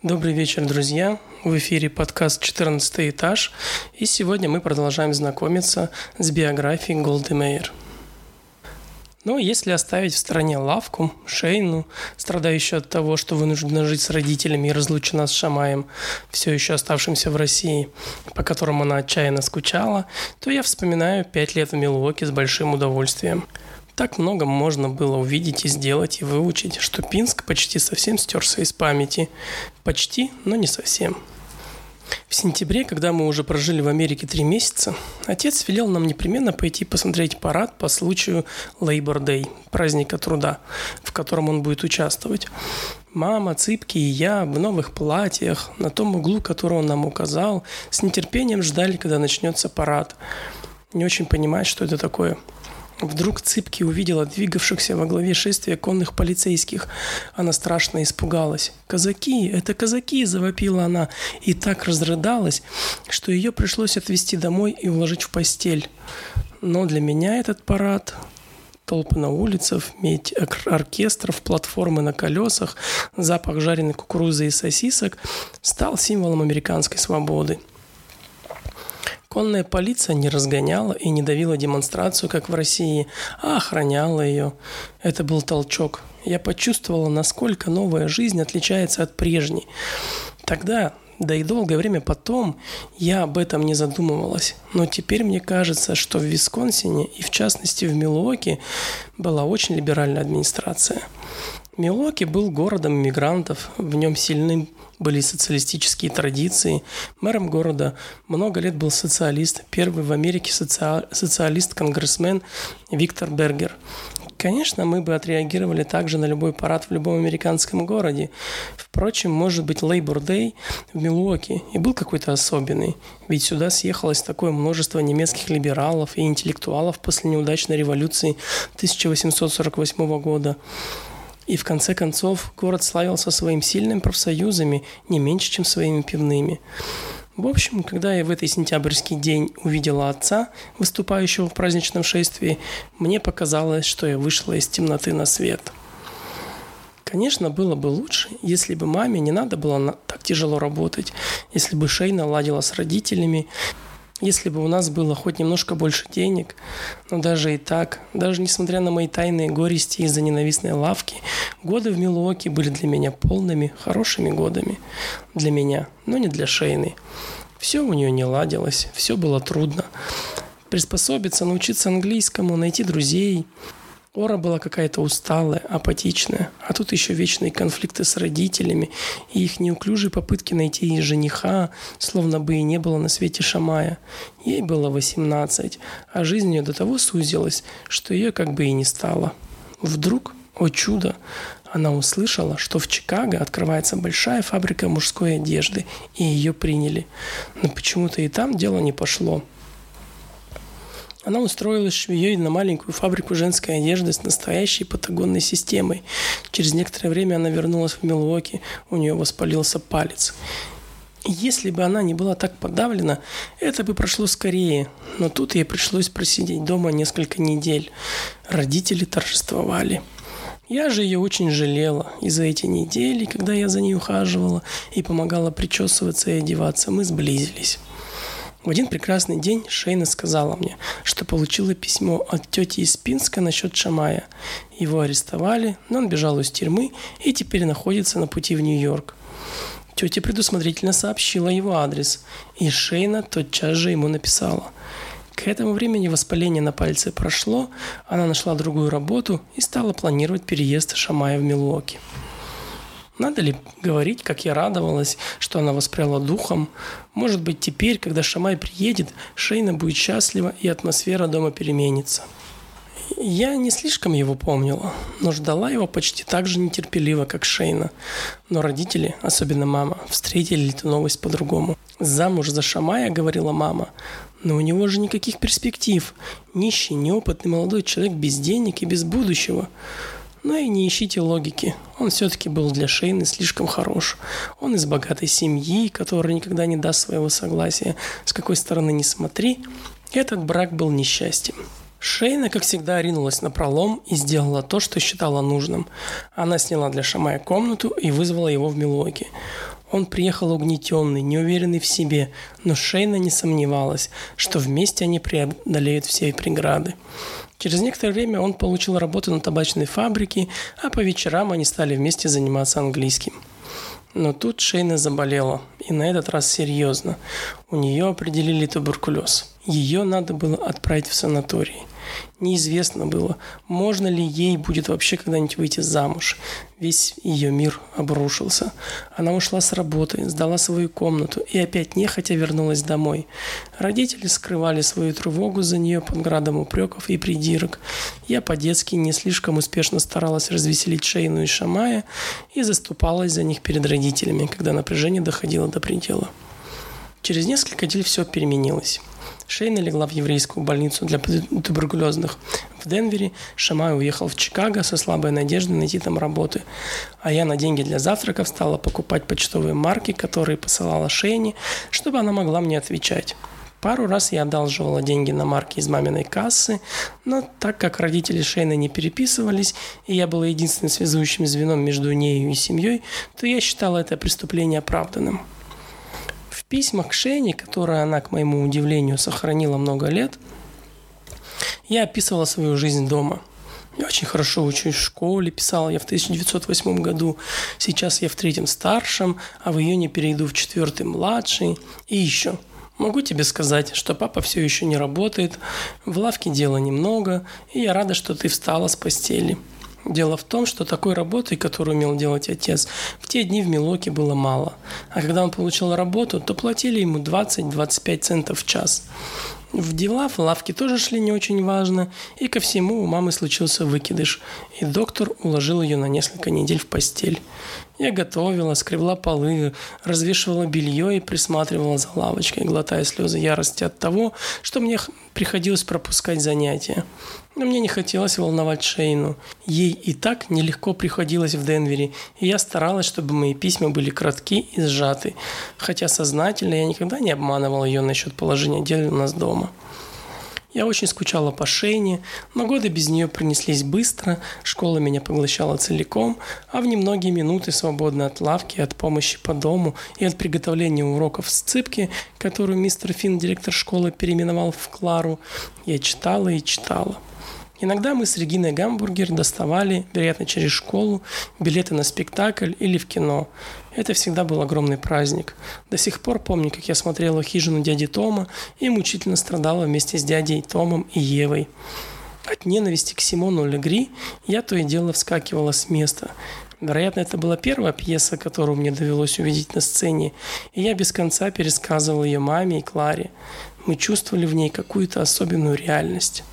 Добрый вечер, друзья! В эфире подкаст «14 этаж», и сегодня мы продолжаем знакомиться с биографией Голды Меир. Но если оставить в стороне Лавку, Шейну, страдающую от того, что вынуждена жить с родителями и разлучена с Шамаем, все еще оставшимся в России, по которому она отчаянно скучала, то я вспоминаю 5 лет в Милуоке с большим удовольствием. Так много можно было увидеть и сделать, и выучить, что Пинск почти совсем стерся из памяти. Почти, но не совсем. В сентябре, когда мы уже прожили в Америке 3 месяца, отец велел нам непременно пойти посмотреть парад по случаю Labor Day, праздника труда, в котором он будет участвовать. Мама, Цыпки и я в новых платьях, на том углу, который он нам указал, с нетерпением ждали, когда начнется парад. Не очень понимая, что это такое. Вдруг Цыпки увидела двигавшихся во главе шествия конных полицейских. Она страшно испугалась. «Казаки! Это казаки!» – завопила она и так разрыдалась, что ее пришлось отвезти домой и уложить в постель. Но для меня этот парад, толпы на улицах, медь оркестров, платформы на колесах, запах жареной кукурузы и сосисок стал символом американской свободы. Конная полиция не разгоняла и не давила демонстрацию, как в России, а охраняла ее. Это был толчок. Я почувствовала, насколько новая жизнь отличается от прежней. Тогда, да и долгое время потом, я об этом не задумывалась. Но теперь мне кажется, что в Висконсине и в частности в Милуоке была очень либеральная администрация. Милуоки был городом иммигрантов, в нем сильны были социалистические традиции. Мэром города много лет был социалист, первый в Америке социалист-конгрессмен Виктор Бергер. Конечно, мы бы отреагировали также на любой парад в любом американском городе. Впрочем, может быть, Labor Day в Милуоке и был какой-то особенный, ведь сюда съехалось такое множество немецких либералов и интеллектуалов после неудачной революции 1848 года. И в конце концов город славился своим сильными профсоюзами не меньше, чем своими пивными. В общем, когда я в этот сентябрьский день увидела отца, выступающего в праздничном шествии, мне показалось, что я вышла из темноты на свет. Конечно, было бы лучше, если бы маме не надо было так тяжело работать, если бы Шейна ладила с родителями, если бы у нас было хоть немножко больше денег. Но даже и так, даже несмотря на мои тайные горести из-за ненавистной Лавки, годы в Милуоке были для меня полными, хорошими годами. Для меня, но не для Шейны. Все у нее не ладилось, все было трудно. Приспособиться, научиться английскому, найти друзей. Ора была какая-то усталая, апатичная, а тут еще вечные конфликты с родителями и их неуклюжие попытки найти ей жениха, словно бы и не было на свете Шамая. Ей было 18, а жизнь ее до того сузилась, что ее как бы и не стало. Вдруг, о чудо, она услышала, что в Чикаго открывается большая фабрика мужской одежды, и ее приняли. Но почему-то и там дело не пошло. Она устроилась швеей на маленькую фабрику женской одежды с настоящей патагонной системой. Через некоторое время она вернулась в Милуоки, у нее воспалился палец. И если бы она не была так подавлена, это бы прошло скорее. Но тут ей пришлось просидеть дома несколько недель. Родители торжествовали. Я же ее очень жалела, и за эти недели, когда я за ней ухаживала и помогала причесываться и одеваться, мы сблизились. В один прекрасный день Шейна сказала мне, что получила письмо от тети из Пинска насчет Шамая. Его арестовали, но он бежал из тюрьмы и теперь находится на пути в Нью-Йорк. Тетя предусмотрительно сообщила его адрес, и Шейна тотчас же ему написала. К этому времени воспаление на пальце прошло, она нашла другую работу и стала планировать переезд Шамая в Милуоки. Надо ли говорить, как я радовалась, что она воспряла духом? Может быть, теперь, когда Шамай приедет, Шейна будет счастлива и атмосфера дома переменится. Я не слишком его помнила, но ждала его почти так же нетерпеливо, как Шейна. Но родители, особенно мама, встретили эту новость по-другому. «Замуж за Шамая», — говорила мама, — «но у него же никаких перспектив. Нищий, неопытный молодой человек без денег и без будущего». Но и не ищите логики. Он все-таки был для Шейны слишком хорош. Он из богатой семьи, которая никогда не даст своего согласия. С какой стороны ни смотри, этот брак был несчастьем. Шейна, как всегда, ринулась напролом и сделала то, что считала нужным. Она сняла для Шамая комнату и вызвала его в Милуоки. Он приехал угнетенный, неуверенный в себе, но Шейна не сомневалась, что вместе они преодолеют все преграды. Через некоторое время он получил работу на табачной фабрике, а по вечерам они стали вместе заниматься английским. Но тут Шейна заболела, и на этот раз серьезно. У нее определили туберкулез. Ее надо было отправить в санаторий. Неизвестно было, можно ли ей будет вообще когда-нибудь выйти замуж. Весь ее мир обрушился. Она ушла с работы, сдала свою комнату и опять нехотя вернулась домой. Родители скрывали свою тревогу за нее под градом упреков и придирок. Я по-детски не слишком успешно старалась развеселить Шейну и Шамая и заступалась за них перед родителями, когда напряжение доходило до предела. Через несколько недель все переменилось. Шейна легла в еврейскую больницу для туберкулезных в Денвере, Шамай уехал в Чикаго со слабой надеждой найти там работы, а я на деньги для завтраков стала покупать почтовые марки, которые посылала Шейне, чтобы она могла мне отвечать. Пару раз я одалживала деньги на марки из маминой кассы, но так как родители Шейны не переписывались, и я была единственным связующим звеном между нею и семьей, то я считала это преступление оправданным. В письмах к Шейне, которые она, к моему удивлению, сохранила много лет, я описывала свою жизнь дома. Я очень хорошо учусь в школе, писала я в 1908 году. Сейчас я в 3 старшем, а в июне перейду в 4 младший. И еще. Могу тебе сказать, что папа все еще не работает, в лавке дела немного, и я рада, что ты встала с постели. Дело в том, что такой работы, которую умел делать отец, в те дни в Милуоке было мало. А когда он получил работу, то платили ему 20-25 центов в час. В дела в лавке тоже шли не очень важно, и ко всему у мамы случился выкидыш, и доктор уложил ее на несколько недель в постель. Я готовила, скребла полы, развешивала белье и присматривала за лавочкой, глотая слезы ярости от того, что мне приходилось пропускать занятия. Но мне не хотелось волновать Шейну. Ей и так нелегко приходилось в Денвере, и я старалась, чтобы мои письма были кратки и сжаты, хотя сознательно я никогда не обманывала ее насчет положения дел у нас дома. Я очень скучала по Шейне, но годы без нее пронеслись быстро, школа меня поглощала целиком, а в немногие минуты, свободные от лавки, от помощи по дому и от приготовления уроков сцыпки, которую мистер Финн, директор школы, переименовал в Клару, я читала и читала. Иногда мы с Региной Гамбургер доставали, вероятно, через школу, билеты на спектакль или в кино. Это всегда был огромный праздник. До сих пор помню, как я смотрела «Хижину дяди Тома» и мучительно страдала вместе с дядей Томом и Евой. От ненависти к Симону Легри я то и дело вскакивала с места. Вероятно, это была первая пьеса, которую мне довелось увидеть на сцене, и я без конца пересказывала ее маме и Кларе. Мы чувствовали в ней какую-то особенную реальность.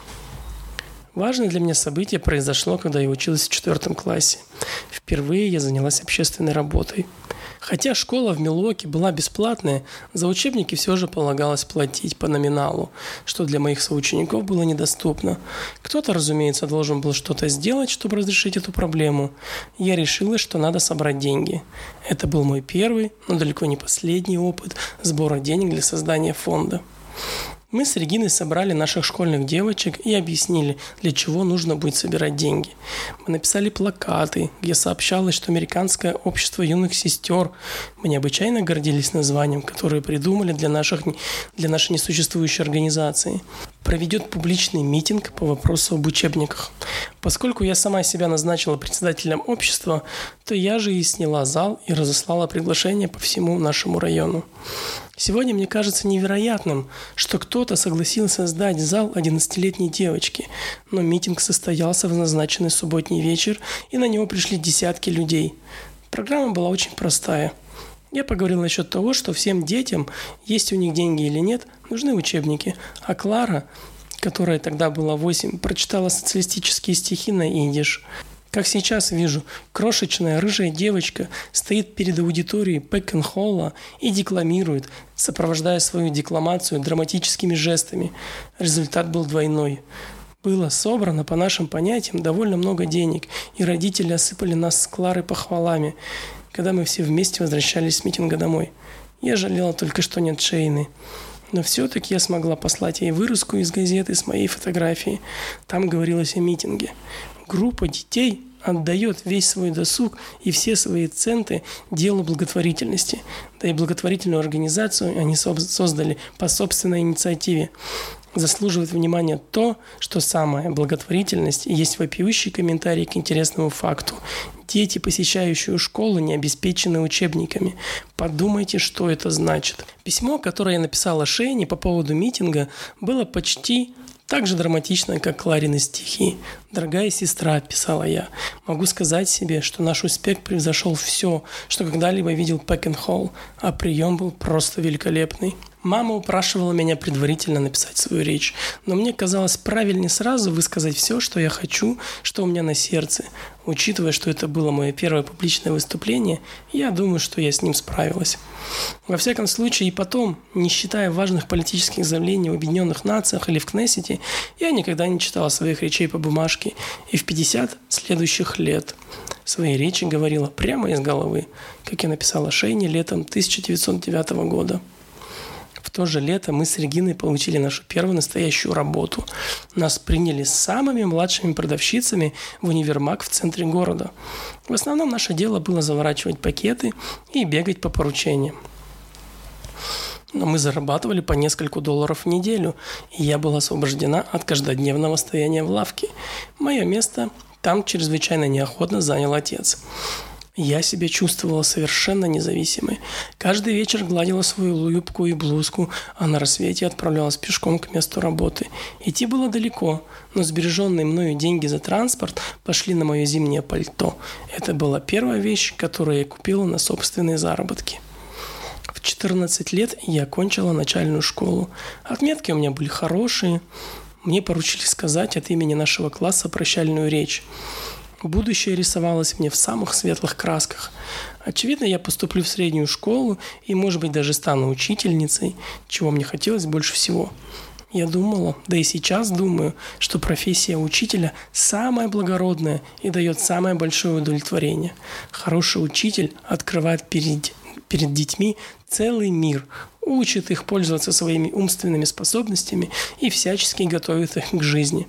Важное для меня событие произошло, когда я училась в 4 классе. Впервые я занялась общественной работой. Хотя школа в Милуоке была бесплатная, за учебники все же полагалось платить по номиналу, что для моих соучеников было недоступно. Кто-то, разумеется, должен был что-то сделать, чтобы разрешить эту проблему. Я решила, что надо собрать деньги. Это был мой первый, но далеко не последний опыт сбора денег для создания фонда. Мы с Региной собрали наших школьных девочек и объяснили, для чего нужно будет собирать деньги. Мы написали плакаты, где сообщалось, что Американское общество юных сестер, мы необычайно гордились названием, которое придумали для нашей несуществующей организации, проведет публичный митинг по вопросу об учебниках. Поскольку я сама себя назначила председателем общества, то я же и сняла зал и разослала приглашение по всему нашему району. Сегодня мне кажется невероятным, что кто-то согласился сдать зал 11-летней девочке, но митинг состоялся в назначенный субботний вечер, и на него пришли десятки людей. Программа была очень простая. Я поговорил насчет того, что всем детям, есть у них деньги или нет, нужны учебники, а Клара, которой тогда было 8, прочитала социалистические стихи на идиш. Как сейчас вижу, крошечная рыжая девочка стоит перед аудиторией Пэккенхолла и декламирует, сопровождая свою декламацию драматическими жестами. Результат был двойной. Было собрано, по нашим понятиям, довольно много денег, и родители осыпали нас с Кларой похвалами, когда мы все вместе возвращались с митинга домой. Я жалела только, что нет Шейны. Но все-таки я смогла послать ей вырезку из газеты с моей фотографией. Там говорилось о митинге. Группа детей, отдает весь свой досуг и все свои центы делу благотворительности. Да и благотворительную организацию они создали по собственной инициативе. Заслуживает внимания то, что самая благотворительность есть вопиющий комментарий к интересному факту. Дети, посещающие школу, не обеспечены учебниками. Подумайте, что это значит. Письмо, которое я написала Шейне по поводу митинга, было почти так же драматично, как Кларины стихи. «Дорогая сестра», – писала я, – «могу сказать себе, что наш успех превзошел все, что когда-либо видел Пекинхолл, а прием был просто великолепный». Мама упрашивала меня предварительно написать свою речь, но мне казалось правильнее сразу высказать все, что я хочу, что у меня на сердце. Учитывая, что это было мое первое публичное выступление, я думаю, что я с ним справилась. Во всяком случае, и потом, не считая важных политических заявлений в Объединенных Нациях или в Кнессете, я никогда не читала своих речей по бумажке и в 50 следующих лет свои речи говорила прямо из головы, как я написала Шейне летом 1909 года. В то же лето мы с Региной получили нашу первую настоящую работу. Нас приняли с самыми младшими продавщицами в универмаг в центре города. В основном наше дело было заворачивать пакеты и бегать по поручениям. Но мы зарабатывали по несколько $1 в неделю, и я была освобождена от каждодневного стояния в лавке. Мое место там чрезвычайно неохотно занял отец. Я себя чувствовала совершенно независимой. Каждый вечер гладила свою юбку и блузку, а на рассвете отправлялась пешком к месту работы. Идти было далеко, но сбереженные мною деньги за транспорт пошли на мое зимнее пальто. Это была первая вещь, которую я купила на собственные заработки. В 14 лет я окончила начальную школу. Отметки у меня были хорошие. Мне поручили сказать от имени нашего класса прощальную речь. Будущее рисовалось мне в самых светлых красках. Очевидно, я поступлю в среднюю школу и, может быть, даже стану учительницей, чего мне хотелось больше всего. Я думала, да и сейчас думаю, что профессия учителя самая благородная и дает самое большое удовлетворение. Хороший учитель открывает перед детьми целый мир, учит их пользоваться своими умственными способностями и всячески готовит их к жизни.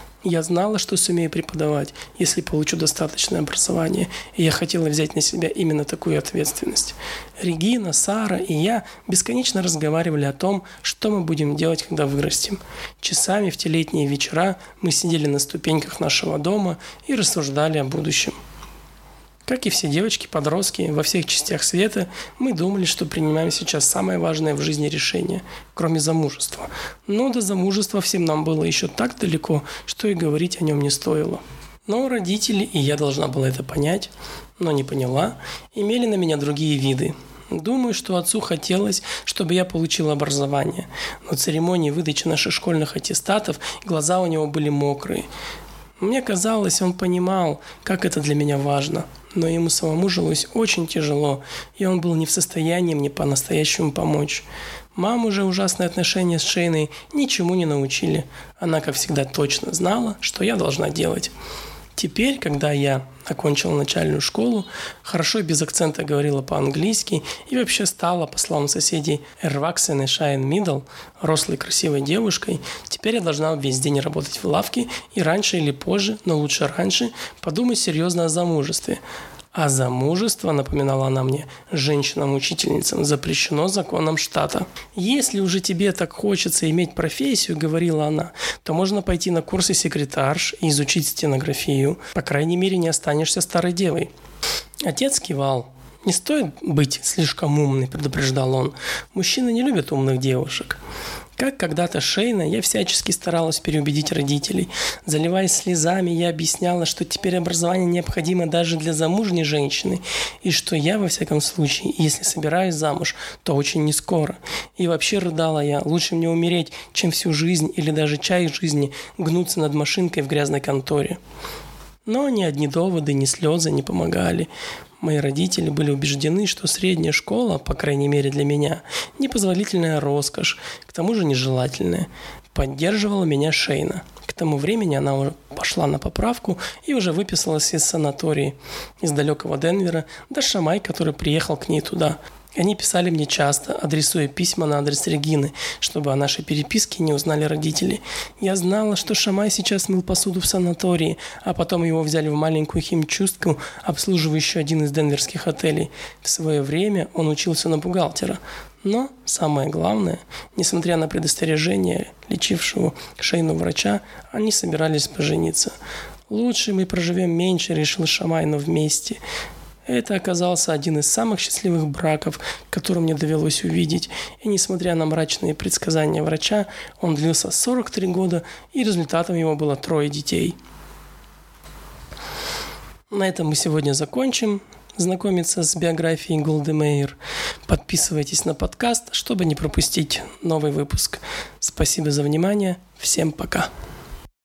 Я знала, что сумею преподавать, если получу достаточное образование, и я хотела взять на себя именно такую ответственность. Регина, Сара и я бесконечно разговаривали о том, что мы будем делать, когда вырастем. Часами в те летние вечера мы сидели на ступеньках нашего дома и рассуждали о будущем. Как и все девочки-подростки во всех частях света, мы думали, что принимаем сейчас самое важное в жизни решение, кроме замужества. Но до замужества всем нам было еще так далеко, что и говорить о нем не стоило. Но родители, и я должна была это понять, но не поняла, имели на меня другие виды. Думаю, что отцу хотелось, чтобы я получила образование. Но церемонии выдачи наших школьных аттестатов глаза у него были мокрые. Мне казалось, он понимал, как это для меня важно. Но ему самому жилось очень тяжело, и он был не в состоянии мне по-настоящему помочь. Маму же ужасные отношения с Шейной ничему не научили. Она, как всегда, точно знала, что я должна делать. Теперь, когда я окончила начальную школу, хорошо и без акцента говорила по-английски и вообще стала, по словам соседей, «erwachsene Schein Middle», рослой красивой девушкой, теперь я должна весь день работать в лавке и раньше или позже, но лучше раньше, подумать серьезно о замужестве. А замужество, напоминала она мне, женщинам-учительницам запрещено законом штата. «Если уже тебе так хочется иметь профессию, — говорила она, — то можно пойти на курсы секретарш и изучить стенографию. По крайней мере, не останешься старой девой». Отец кивал. «Не стоит быть слишком умной, — предупреждал он. Мужчины не любят умных девушек». Как когда-то Шейна, я всячески старалась переубедить родителей. Заливаясь слезами, я объясняла, что теперь образование необходимо даже для замужней женщины, и что я, во всяком случае, если собираюсь замуж, то очень не скоро. И вообще рыдала я, лучше мне умереть, чем всю жизнь или даже часть жизни гнуться над машинкой в грязной конторе. Но ни одни доводы, ни слезы не помогали. Мои родители были убеждены, что средняя школа, по крайней мере для меня, непозволительная роскошь, к тому же нежелательная. Поддерживала меня Шейна. К тому времени она уже пошла на поправку и уже выписалась из санатории, из далекого Денвера, до Шамай, который приехал к ней туда. Они писали мне часто, адресуя письма на адрес Регины, чтобы о нашей переписке не узнали родители. Я знала, что Шамай сейчас мыл посуду в санатории, а потом его взяли в маленькую химчистку, обслуживающую один из денверских отелей. В свое время он учился на бухгалтера. Но самое главное, несмотря на предостережение лечившего шейного врача, они собирались пожениться. «Лучше мы проживем меньше», — решил Шамай, — «но вместе». Это оказался один из самых счастливых браков, который мне довелось увидеть, и несмотря на мрачные предсказания врача, он длился 43 года, и результатом его было 3 детей. На этом мы сегодня закончим знакомиться с биографией Голды Меир. Подписывайтесь на подкаст, чтобы не пропустить новый выпуск. Спасибо за внимание. Всем пока.